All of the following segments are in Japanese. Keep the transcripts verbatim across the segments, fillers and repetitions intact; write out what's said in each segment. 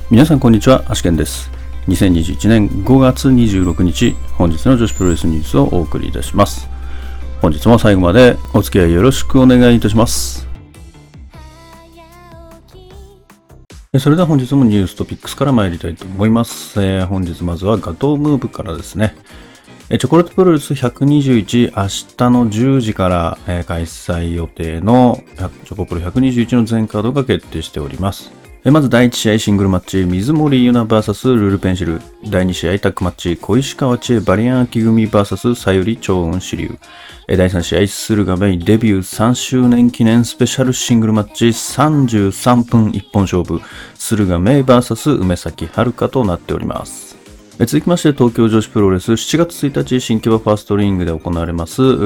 皆さんこんにちは、アシケンです。にせんにじゅういちねんごがつにじゅうろくにち、本日の女子プロレスニュースをお送りいたします。本日も最後までお付き合いよろしくお願いいたします。それでは本日もニューストピックスから参りたいと思います。えー、本日まずはガトームーブからですね。チョコレートプロレスひゃくにじゅういち、明日のじゅうじから開催予定のチョコプロひゃくにじゅういちの全カードが決定しております。まずだいいち試合シングルマッチ、水森優奈 ブイエス ルールペンシル。だいに試合タッグマッチ、小石川千恵バリアン秋組 ブイエス さゆり超雲支流。だいさん試合駿河メイデビューさんしゅうねん記念スペシャルシングルマッチ、さんじゅうさんぷん一本勝負、駿河メイ ブイエス 梅崎遥となっております。続きまして東京女子プロレスしちがつついたち新木場ファーストリングで行われます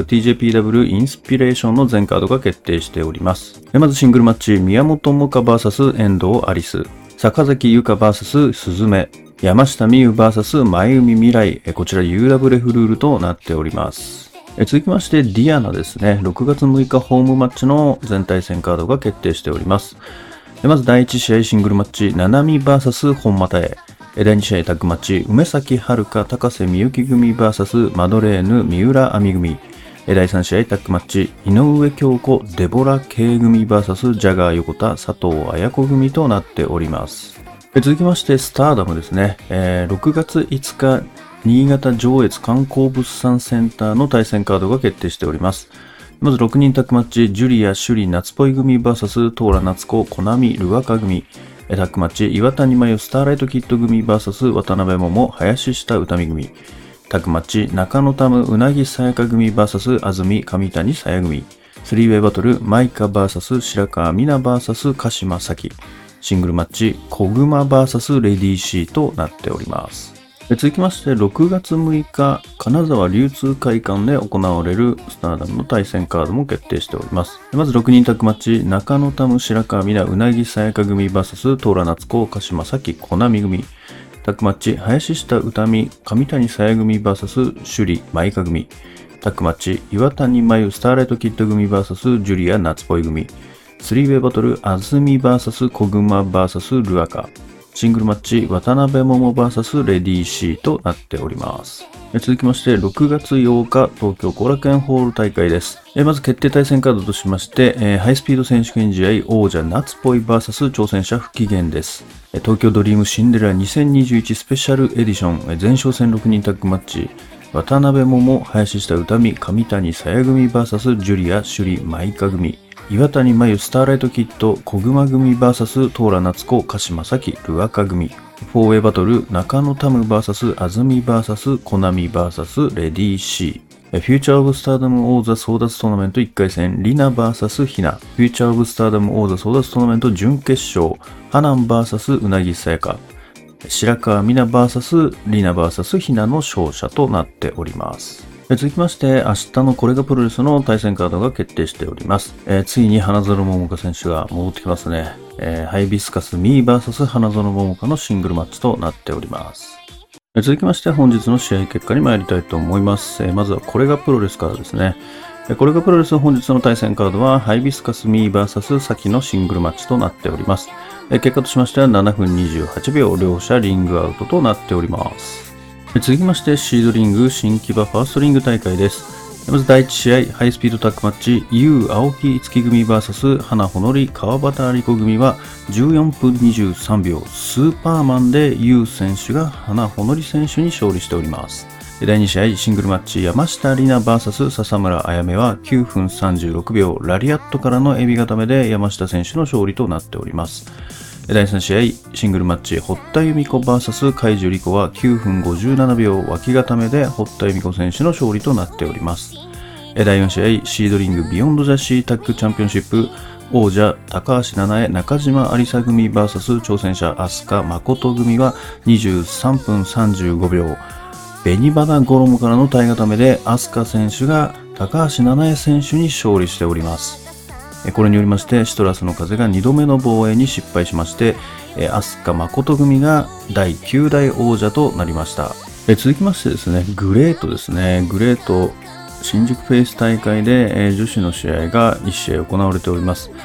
ティージェーピーダブリュー インスピレーションの全カードが決定しております。まずシングルマッチ、宮本萌歌 ブイエス 遠藤アリス、坂崎優香 ブイエス 鈴芽、山下美夢 ブイエス 前海未来、こちら ユーダブリュー フルールとなっております。続きましてディアナですね、ろくがつむいかホームマッチの全対戦カードが決定しております。まずだいいち試合シングルマッチ、七海 ブイエス 本間太。だいに試合タッグマッチ、梅崎遥高瀬美幸組 ブイエス マドレーヌ三浦亜美組。だいさん試合タッグマッチ、井上京子デボラ K 組 ブイエス ジャガー横田佐藤綾子組となっております。続きましてスターダムですね、えー、ろくがついつか新潟上越観光物産センターの対戦カードが決定しております。まずろくにんタッグマッチ、ジュリア首里夏ぽい組 ブイエス トーラ夏子コナミルワカ組。タッグマッチ、岩谷真由スターライトキッド組 ブイエス 渡辺桃林下歌美組。タッグマッチ、中野タムうなぎさやか組 ブイエス 安住上谷さや組。スリーウェイバトル、マイカ ブイエス 白川美奈 ブイエス 鹿島咲。シングルマッチ、小熊 ブイエス レディー C となっております。続きましてろくがつむいか金沢流通会館で行われるスターダムの対戦カードも決定しております。まずろくにんタッグマッチ、中野タム白川美奈うなぎさやか組 ブイエス トーラ夏子鹿島咲コナミ組。タッグマッチ、林下歌美上谷さや組 ブイエス 首里舞香組。タッグマッチ、岩谷真由スターライトキッド組 ブイエス ジュリア夏ぽい組。スリーウェイバトル、安住 ブイエス 小熊 ブイエス ルアカ。シングルマッチ、渡辺桃 ブイエス レディー C となっております。続きまして、ろくがつようか、東京後楽園ホール大会です。まず決定対戦カードとしまして、ハイスピード選手権試合、王者夏ぽい ブイエス 挑戦者不機嫌です。東京ドリームシンデレラにせんにじゅういちスペシャルエディション、前哨戦ろくにんタッグマッチ、渡辺桃、林下歌美、上谷さや組 ブイエス ジュリア、首里舞香組。岩谷真由スターライトキッド小熊組 ブイエス トーラ夏子鹿島咲ルアカ組。フォーウェイバトル中野タム ブイエス 安住 ブイエス コナミ ブイエス レディー C。フューチャーオブスターダム王座争奪トーナメントいっかい戦リナ ブイエス ひな。フューチャーオブスターダム王座争奪トーナメント準決勝ハナン ブイエス うなぎさやか。白川美奈 ブイエス リナ ブイエス ひなの勝者となっております。続きまして、明日のこれがプロレスの対戦カードが決定しております。えー、ついに花園桃香選手が戻ってきますね。えー、ハイビスカスミー ブイエス 花園桃香のシングルマッチとなっております。えー、続きまして本日の試合結果に参りたいと思います。えー、まずはこれがプロレスからですね。えー、これがプロレス本日の対戦カードはハイビスカスミー ブイエス 先のシングルマッチとなっております。えー、結果としましてはななふんにじゅうはちびょう両者リングアウトとなっております。続きましてシードリング新木場ファーストリング大会です。まずだいいち試合ハイスピードタッグマッチ ユー 青木樹組 ブイエス 花ほのり川端理子組はじゅうよんぷんにじゅうさんびょうスーパーマンで ユー 選手が花ほのり選手に勝利しております。だいに試合シングルマッチ山下里奈 ブイエス 笹村あやめはきゅうふんさんじゅうろくびょうラリアットからのエビ固めで山下選手の勝利となっております。だいさん試合シングルマッチ堀田由美子 ブイエス 海樹理子はきゅうふんごじゅうななびょう脇固めで堀田由美子選手の勝利となっております。だいよん試合シードリングビヨンドジャシータッグチャンピオンシップ王者高橋七重中島有沙組 ブイエス 挑戦者飛鳥誠組はにじゅうさんぷんさんじゅうごびょう紅花衣からの体固めで飛鳥選手が高橋七重選手に勝利しております。これによりましてシトラスの風がにどめの防衛に失敗しまして飛鳥誠組がだいきゅうだい王者となりました。続きましてですねグレートですねグレート新宿フェイス大会で女子の試合がいち試合行われております。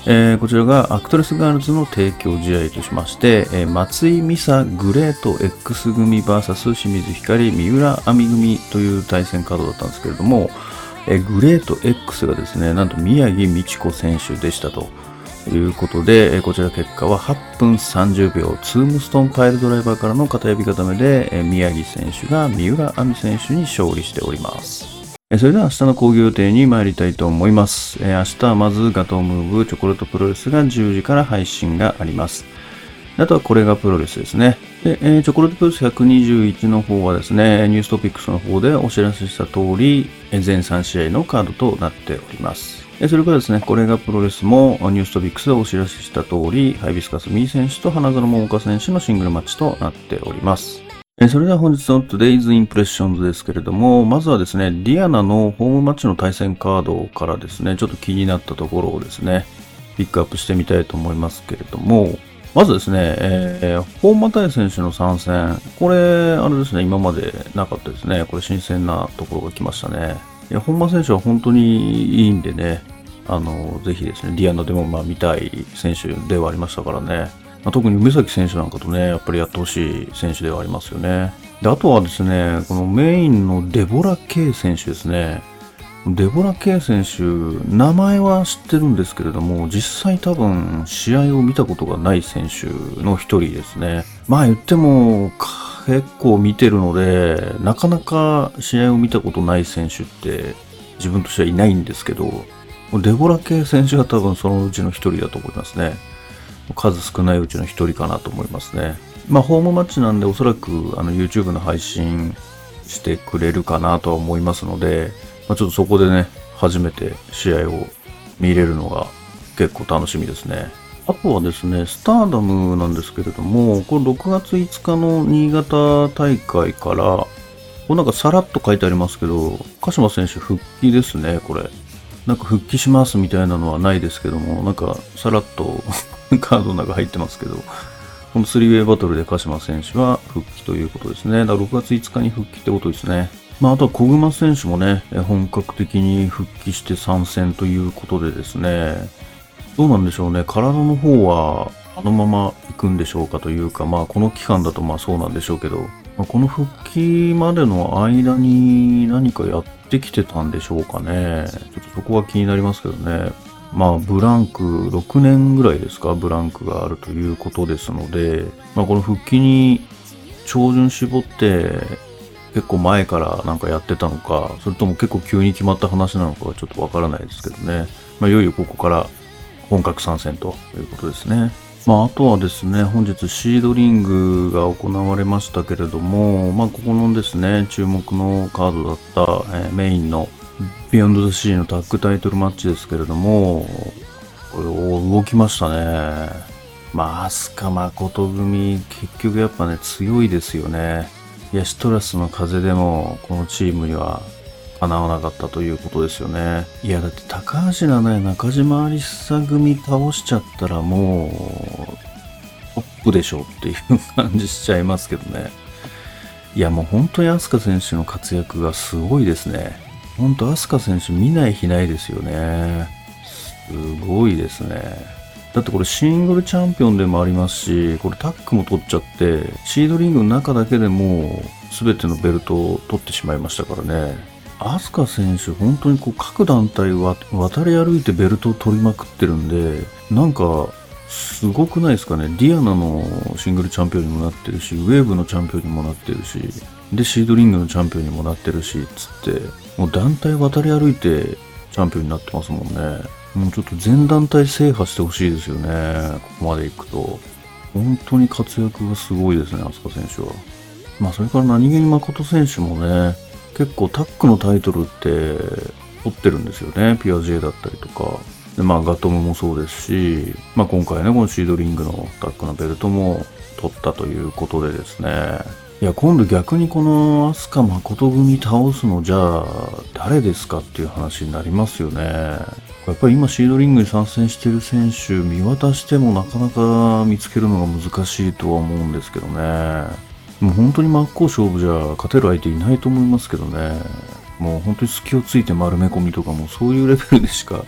えーこちらがアクトレスガールズの提供試合としまして、えー松井美沙グレート X 組 ブイエス 清水光三浦亜美組という対戦カードだったんですけれども、えーグレート X がですね、なんと宮城美智子選手でしたということで、えーこちら結果ははっぷんさんじゅうびょう、ツームストーンパイルドライバーからの片指固めで、えー宮城選手が三浦亜美選手に勝利しております。それでは明日の講義予定に参りたいと思います。明日はまずガトームーブチョコレートプロレスがじゅうじから配信があります。あとはこれがプロレスですね。で、えー、チョコレートプロレスひゃくにじゅういちの方はですね、ニューストピックスの方でお知らせした通り、全さん試合のカードとなっております。それからですね、これがプロレスもニューストピックスでお知らせした通り、ハイビスカスミー選手と花園桃香選手のシングルマッチとなっております。それでは本日の Today's Impressions ですけれども、まずはですね、ディアナのホームマッチの対戦カードからですね、ちょっと気になったところをですね、ピックアップしてみたいと思いますけれども、まずですね、えー、本間大選手の参戦、これ、あれですね、今までなかったですね。これ新鮮なところが来ましたね。いや、本間選手は本当にいいんでね、あの、ぜひですね、ディアナでもまあ見たい選手ではありましたからね。まあ、特に梅崎選手なんかとね、やっぱりやってほしい選手ではありますよね。で、あとはですね、このメインのデボラ・ケイ選手ですね。デボラ・ケイ選手、名前は知ってるんですけれども、実際多分試合を見たことがない選手の一人ですね。まあ言っても結構見てるので、なかなか試合を見たことない選手って自分としてはいないんですけど、デボラ・ケイ選手が多分そのうちの一人だと思いますね。数少ないうちの一人かなと思いますね。まあホームマッチなんでおそらくあの YouTube の配信してくれるかなとは思いますので、まあ、ちょっとそこでね、初めて試合を見れるのが結構楽しみですね。あとはですね、スターダムなんですけれども、これろくがついつかの新潟大会から、これなんかさらっと書いてありますけど、鹿島選手復帰ですね、これ。なんか復帰しますみたいなのはないですけども、なんかさらっとカードの中入ってますけど、このスリーウェイバトルで鹿島選手は復帰ということですね。だからろくがついつかに復帰ってことですね。まあ、あとは小熊選手もね、本格的に復帰して参戦ということでですね、どうなんでしょうね、体の方はあのまま行くんでしょうかというか、まあこの期間だとまあそうなんでしょうけど、まあ、この復帰までの間に何かやってきてたんでしょうかね。ちょっとそこは気になりますけどね。まあブランクろくねんぐらいですか、ブランクがあるということですので、まあこの復帰に照準絞って結構前からなんかやってたのか、それとも結構急に決まった話なのかはちょっとわからないですけどね。まあいよいよここから本格参戦ということですね。まああとはですね、本日シードリングが行われましたけれども、まあここのですね、注目のカードだった、えーメインのビヨンドザシーのタッグタイトルマッチですけれども、これ動きましたね。まあ、飛鳥誠組、結局やっぱね、強いですよね。いや、シトラスの風でも、このチームにはかなわなかったということですよね。いや、だって高橋七重、中島アリサ組倒しちゃったらもう、トップでしょっていう感じしちゃいますけどね。いや、もう本当に飛鳥選手の活躍がすごいですね。本当飛鳥選手見ない日ないですよね。すごいですね。だってこれシングルチャンピオンでもありますし、これタッグも取っちゃって、シードリングの中だけでもう全てのベルトを取ってしまいましたからね。飛鳥選手本当にこう各団体を渡り歩いてベルトを取りまくってるんで、なんかすごくないですかね。ディアナのシングルチャンピオンにもなってるし、ウェーブのチャンピオンにもなってるし、でシードリングのチャンピオンにもなってるし、つってもう団体渡り歩いてチャンピオンになってますもんね。もうちょっと全団体制覇してほしいですよね。ここまで行くと。本当に活躍がすごいですね、飛鳥選手は。まあそれから何気に誠選手もね、結構タッグのタイトルって取ってるんですよね。ピュア J だったりとか。でまあガトムもそうですし、まあ今回ね、このシードリングのタッグのベルトも取ったということでですね。いや、今度逆にこの飛鳥誠組倒すのじゃあ誰ですかっていう話になりますよね。やっぱり今シードリングに参戦している選手見渡してもなかなか見つけるのが難しいとは思うんですけどね。もう本当に真っ向勝負じゃ勝てる相手いないと思いますけどね。もう本当に隙をついて丸め込みとかもそういうレベルでしか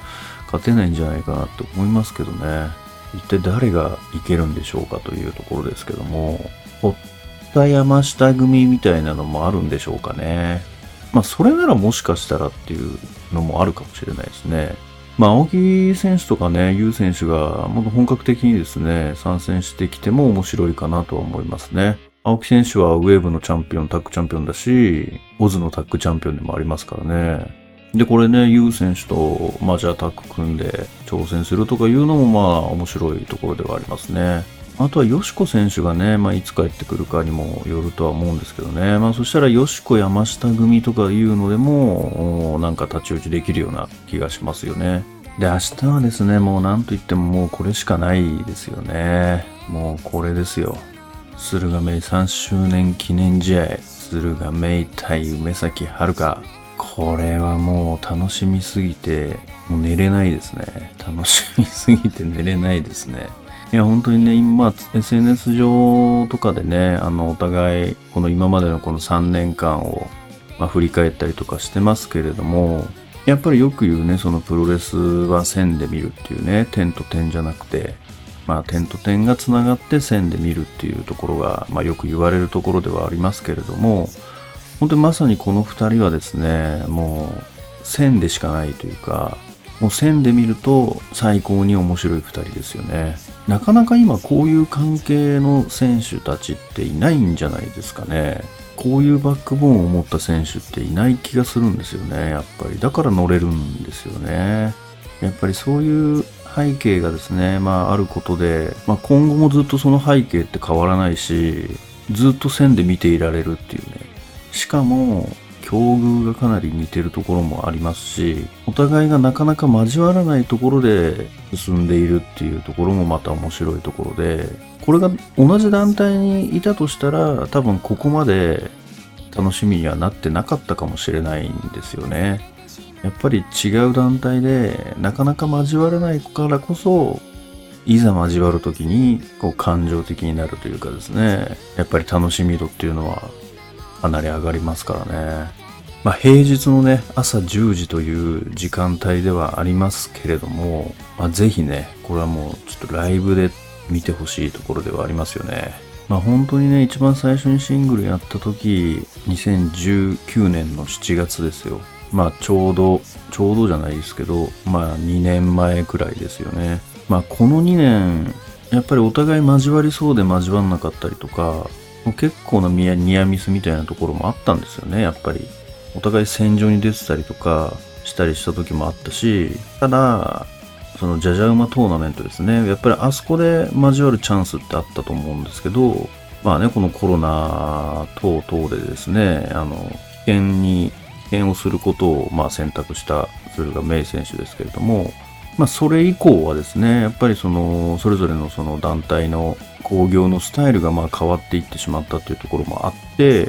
勝てないんじゃないかなって思いますけどね。一体誰がいけるんでしょうかというところですけども、堀田山下組みたいなのもあるんでしょうかね。まあそれならもしかしたらっていうのもあるかもしれないですね。まあ青木選手とかね、優選手がもっと本格的にですね、参戦してきても面白いかなとは思いますね。青木選手はウェーブのチャンピオン、タッグチャンピオンだし、オズのタッグチャンピオンでもありますからね。で、これね、ユウ選手と、まあじゃあタッグ組んで挑戦するとかいうのもまあ面白いところではありますね。あとはヨシコ選手がね、まあいつ帰ってくるかにもよるとは思うんですけどね。まあそしたらヨシコ山下組とかいうのでも、なんか太刀打ちできるような気がしますよね。で、明日はですね、もうなんといってももうこれしかないですよね。もうこれですよ。駿河メイさんしゅうねん記念試合。駿河メイ対梅崎遥。これはもう楽しみすぎて、もう寝れないですね。楽しみすぎて寝れないですね。いや、本当にね、今、エスエヌエス 上とかでね、あの、お互い、この今までのこのさんねんかんを、まあ、振り返ったりとかしてますけれども、やっぱりよく言うね、そのプロレスは線で見るっていうね、点と点じゃなくて、まあ、点と点がつながって線で見るっていうところが、まあ、よく言われるところではありますけれども、本当にまさにこの二人はですね、もう線でしかないというか、もう線で見ると最高に面白い二人ですよね。なかなか今こういう関係の選手たちっていないんじゃないですかね。こういうバックボーンを持った選手っていない気がするんですよね、やっぱり。だから乗れるんですよね。やっぱりそういう背景がですね、まああることで、まあ今後もずっとその背景って変わらないし、ずっと線で見ていられるっていうね。しかも、境遇がかなり似てるところもありますし、お互いがなかなか交わらないところで進んでいるっていうところもまた面白いところで、これが同じ団体にいたとしたら、多分ここまで楽しみにはなってなかったかもしれないんですよね。やっぱり違う団体でなかなか交われないからこそ、いざ交わるときにこう感情的になるというかですね、やっぱり楽しみ度っていうのはかなり上がりますからね。まあ平日のね、朝じゅうじという時間帯ではありますけれども、まあぜひね、これはもうちょっとライブで見てほしいところではありますよね。まあ本当にね、一番最初にシングルやった時、にせんじゅうきゅうねんのしちがつですよ。まあちょうど、ちょうどじゃないですけど、まあにねんまえくらいですよね。まあこのにねん、やっぱりお互い交わりそうで交わんなかったりとか、結構なニアミスみたいなところもあったんですよね、やっぱり。お互い戦場に出てたりとかしたりした時もあったし、ただ、そのジャジャウマトーナメントですね。やっぱりあそこで交わるチャンスってあったと思うんですけど、まあね、このコロナ等々でですね、あの、危険に、危険をすることをまあ選択した駿河メイ選手ですけれども、まあそれ以降はですね、やっぱりその、それぞれのその団体の興行のスタイルがまあ変わっていってしまったというところもあって、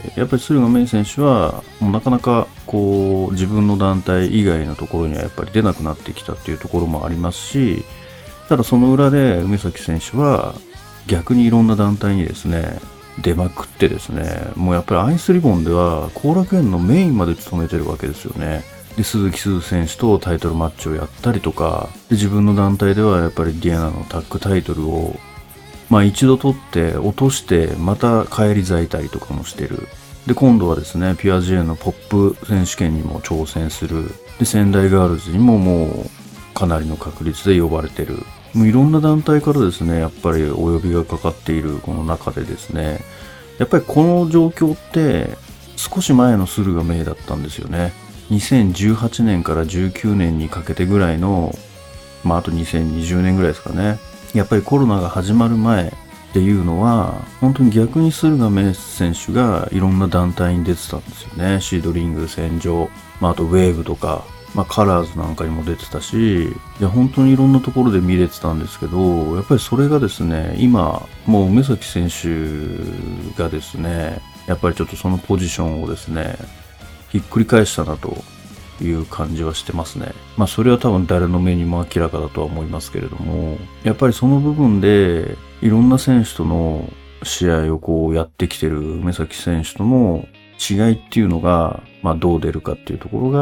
やっぱり駿河メイ選手はもうなかなかこう自分の団体以外のところにはやっぱり出なくなってきたっていうところもありますし、ただその裏で梅崎選手は逆にいろんな団体にですね、出まくってですね、もうやっぱりアイスリボンでは後楽園のメインまで務めてるわけですよね。で、鈴木鈴選手とタイトルマッチをやったりとか、で自分の団体ではやっぱりディアナのタッグタイトルをまあ一度取って落としてまた返り咲いたりとかもしてる。で、今度はですね、ピュア ジェイ のポップ選手権にも挑戦する。で、仙台ガールズにももうかなりの確率で呼ばれてる。もういろんな団体からですね、やっぱりお呼びがかかっているこの中でですね、やっぱりこの状況って少し前の駿河メイだったんですよね。にせんじゅうはちねんからじゅうきゅうねんにかけてぐらいの、まああとにせんにじゅうねんぐらいですかね。やっぱりコロナが始まる前っていうのは、本当に逆に駿河メイ選手がいろんな団体に出てたんですよね。シードリング、戦場、まああとウェーブとか、まあカラーズなんかにも出てたし、いや本当にいろんなところで見れてたんですけど、やっぱりそれがですね、今、もう梅崎選手がですね、やっぱりちょっとそのポジションをですね、ひっくり返したなという感じはしてますね。まあそれは多分誰の目にも明らかだとは思いますけれども、やっぱりその部分でいろんな選手との試合をこうやってきてる梅崎選手との違いっていうのが、まあどう出るかっていうところが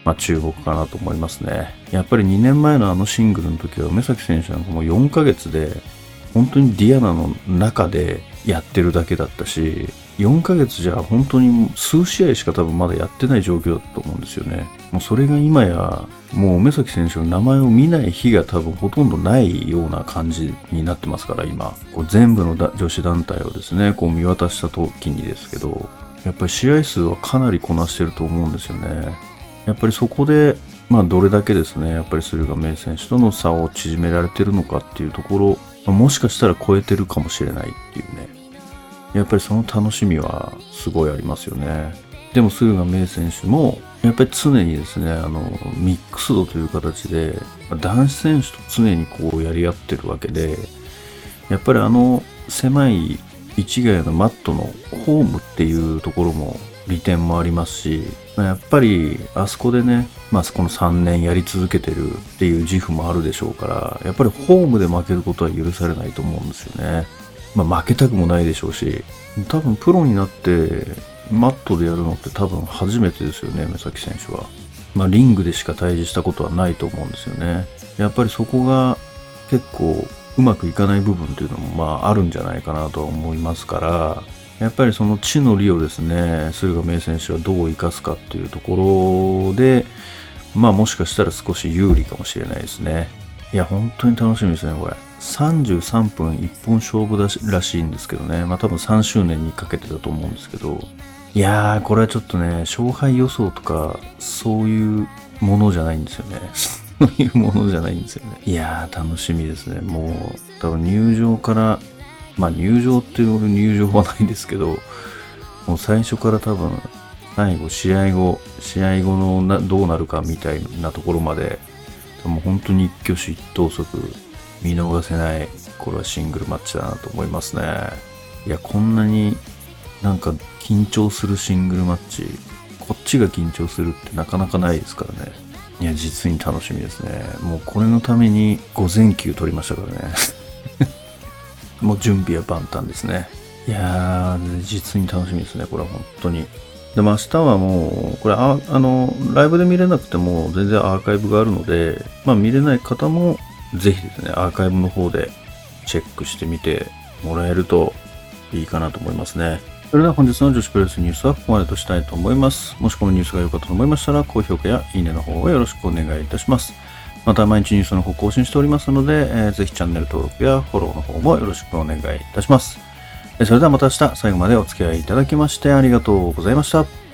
まあ注目かなと思いますね。やっぱりにねんまえのあのシングルの時は梅崎選手なんかもうよんかげつで本当にディアナの中でやってるだけだったし、よんかげつじゃ本当に数試合しか多分まだやってない状況だと思うんですよね。もうそれが今やもう梅崎選手の名前を見ない日が多分ほとんどないような感じになってますから、今こう全部の女子団体をですねこう見渡した時にですけど、やっぱり試合数はかなりこなしてると思うんですよね。やっぱりそこでまあどれだけですねやっぱり駿河明選手との差を縮められてるのかっていうところ、まあもしかしたら超えてるかもしれないっていうね、やっぱりその楽しみはすごいありますよね。でも駿河明選手もやっぱり常にですねあのミックス度という形で男子選手と常にこうやり合ってるわけで、やっぱりあの狭い市ヶ谷のマットのホームっていうところも利点もありますし、やっぱりあそこでね、まあこのさんねんやり続けてるっていう自負もあるでしょうから、やっぱりホームで負けることは許されないと思うんですよね。まあ負けたくもないでしょうし、多分プロになってマットでやるのって多分初めてですよね、目崎選手は。まあリングでしか対峙したことはないと思うんですよね。やっぱりそこが結構うまくいかない部分というのもまああるんじゃないかなとは思いますから、やっぱりその地の利をですね、駿河明選手はどう生かすかっていうところで、まあもしかしたら少し有利かもしれないですね。いや、本当に楽しみですね、これ。さんじゅうさんぷんいっぽん勝負だしらしいんですけどね。まあ多分さんしゅうねんにかけてだと思うんですけど。いやー、これはちょっとね、勝敗予想とか、そういうものじゃないんですよね。そういうものじゃないんですよね。いやー、楽しみですね。もう、多分入場から、まあ入場っていう入場はないですけど、もう最初から多分、最後、試合後、試合後のなどうなるかみたいなところまで、もう本当に一挙手一投足、見逃せない、これはシングルマッチだなと思いますね。いや、こんなになんか緊張するシングルマッチ、こっちが緊張するってなかなかないですからね。いや、実に楽しみですね。もうこれのために午前休取りましたからね。もう準備は万端ですね。いやー、実に楽しみですね、これは本当に。でも明日はもう、これあ、あの、ライブで見れなくても全然アーカイブがあるので、まあ見れない方もぜひですね、アーカイブの方でチェックしてみてもらえるといいかなと思いますね。それでは本日の女子プロレスニュースはここまでとしたいと思います。もしこのニュースが良かったと思いましたら、高評価やいいねの方をよろしくお願いいたします。また毎日ニュースの方更新しておりますので、えー、ぜひチャンネル登録やフォローの方もよろしくお願いいたします。それではまた明日最後までお付き合いいただきましてありがとうございました。